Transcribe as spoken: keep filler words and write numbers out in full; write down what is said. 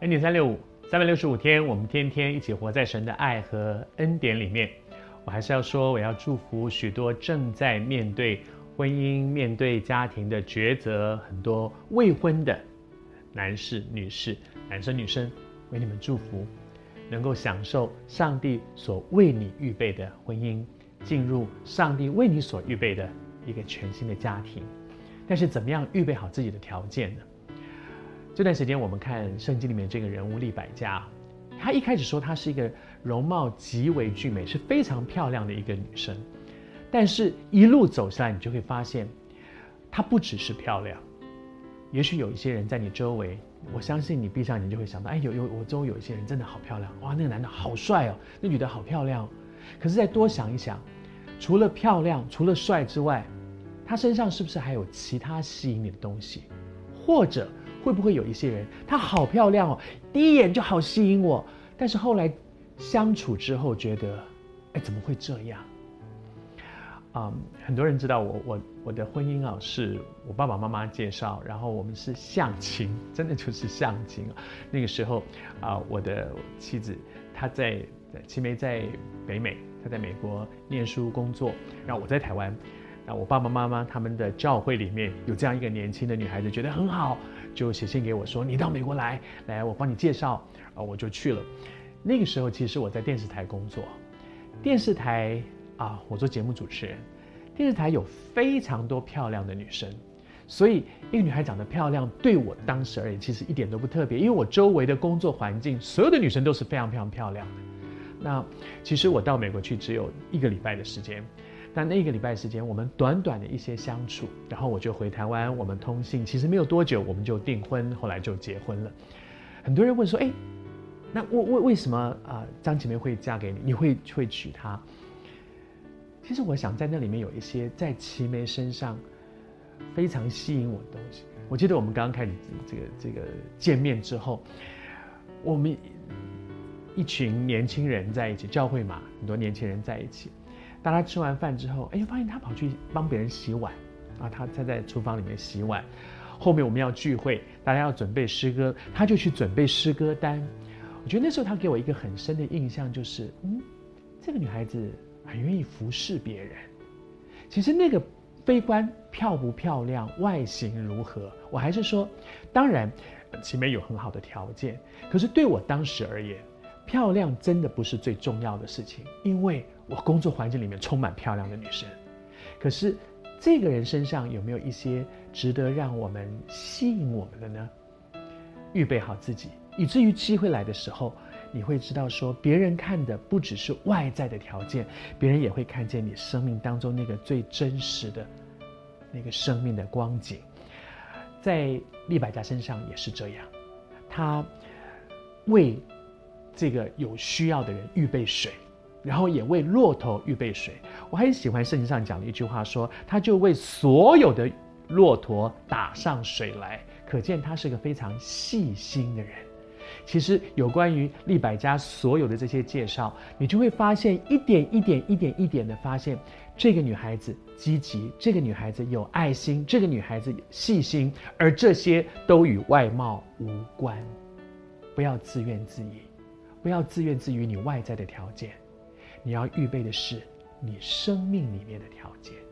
恩典三六五，三百六十五天，我们天天一起活在神的爱和恩典里面。我还是要说，我要祝福许多正在面对婚姻、面对家庭的抉择，很多未婚的男士、女士、男生、女生，为你们祝福，能够享受上帝所为你预备的婚姻，进入上帝为你所预备的一个全新的家庭。但是怎么样预备好自己的条件呢？这段时间我们看圣经里面这个人物利百加，她一开始说她是一个容貌极为俊美，是非常漂亮的一个女生，但是一路走下来，你就会发现她不只是漂亮。也许有一些人在你周围，我相信你闭上眼就会想到，哎，有有我周围有一些人真的好漂亮，哇，那个男的好帅哦，那女的好漂亮哦。可是再多想一想，除了漂亮，除了帅之外，他身上是不是还有其他吸引你的东西？或者会不会有一些人，她好漂亮哦，第一眼就好吸引我，但是后来相处之后觉得，哎，怎么会这样？嗯，很多人知道我我我的婚姻啊，是我爸爸妈妈介绍，然后我们是相亲，真的就是相亲啊。那个时候啊，我的妻子她在齐梅在北美，她在美国念书工作，然后我在台湾。那我爸爸妈妈他们的教会里面有这样一个年轻的女孩子，觉得很好，就写信给我说：“你到美国来，来，我帮你介绍。”啊，我就去了。那个时候其实我在电视台工作，电视台啊，我做节目主持人，电视台有非常多漂亮的女生，所以一个女孩长得漂亮，对我当时而言其实一点都不特别，因为我周围的工作环境，所有的女生都是非常非常漂亮的。那其实我到美国去只有一个礼拜的时间。但那一个礼拜时间，我们短短的一些相处，然后我就回台湾，我们通信，其实没有多久我们就订婚，后来就结婚了。很多人问说，哎，那为为为什么啊、呃、张启梅会嫁给你，你会会娶她？其实我想在那里面有一些在齐梅身上非常吸引我的东西。我记得我们刚刚开始这个这个见面之后，我们一群年轻人在一起，教会嘛，很多年轻人在一起。当他吃完饭之后，哎，发现他跑去帮别人洗碗啊，他他在厨房里面洗碗。后面我们要聚会，大家要准备诗歌，他就去准备诗歌单。我觉得那时候他给我一个很深的印象，就是嗯，这个女孩子很愿意服侍别人。其实那个非关漂不漂亮、外形如何，我还是说，当然，齐梅有很好的条件，可是对我当时而言，漂亮真的不是最重要的事情，因为我工作环境里面充满漂亮的女生。可是这个人身上有没有一些值得让我们吸引我们的呢？预备好自己，以至于机会来的时候，你会知道说，别人看的不只是外在的条件，别人也会看见你生命当中那个最真实的那个生命的光景。在利百加身上也是这样，他为这个有需要的人预备水，然后也为骆驼预备水。我很喜欢圣经上讲的一句话说，他就为所有的骆驼打上水来，可见他是个非常细心的人。其实有关于利百加所有的这些介绍，你就会发现一点一点一点一点的发现，这个女孩子积极，这个女孩子有爱心，这个女孩子细心，而这些都与外貌无关。不要自怨自艾，不要自怨自于你外在的条件，你要预备的是你生命里面的条件。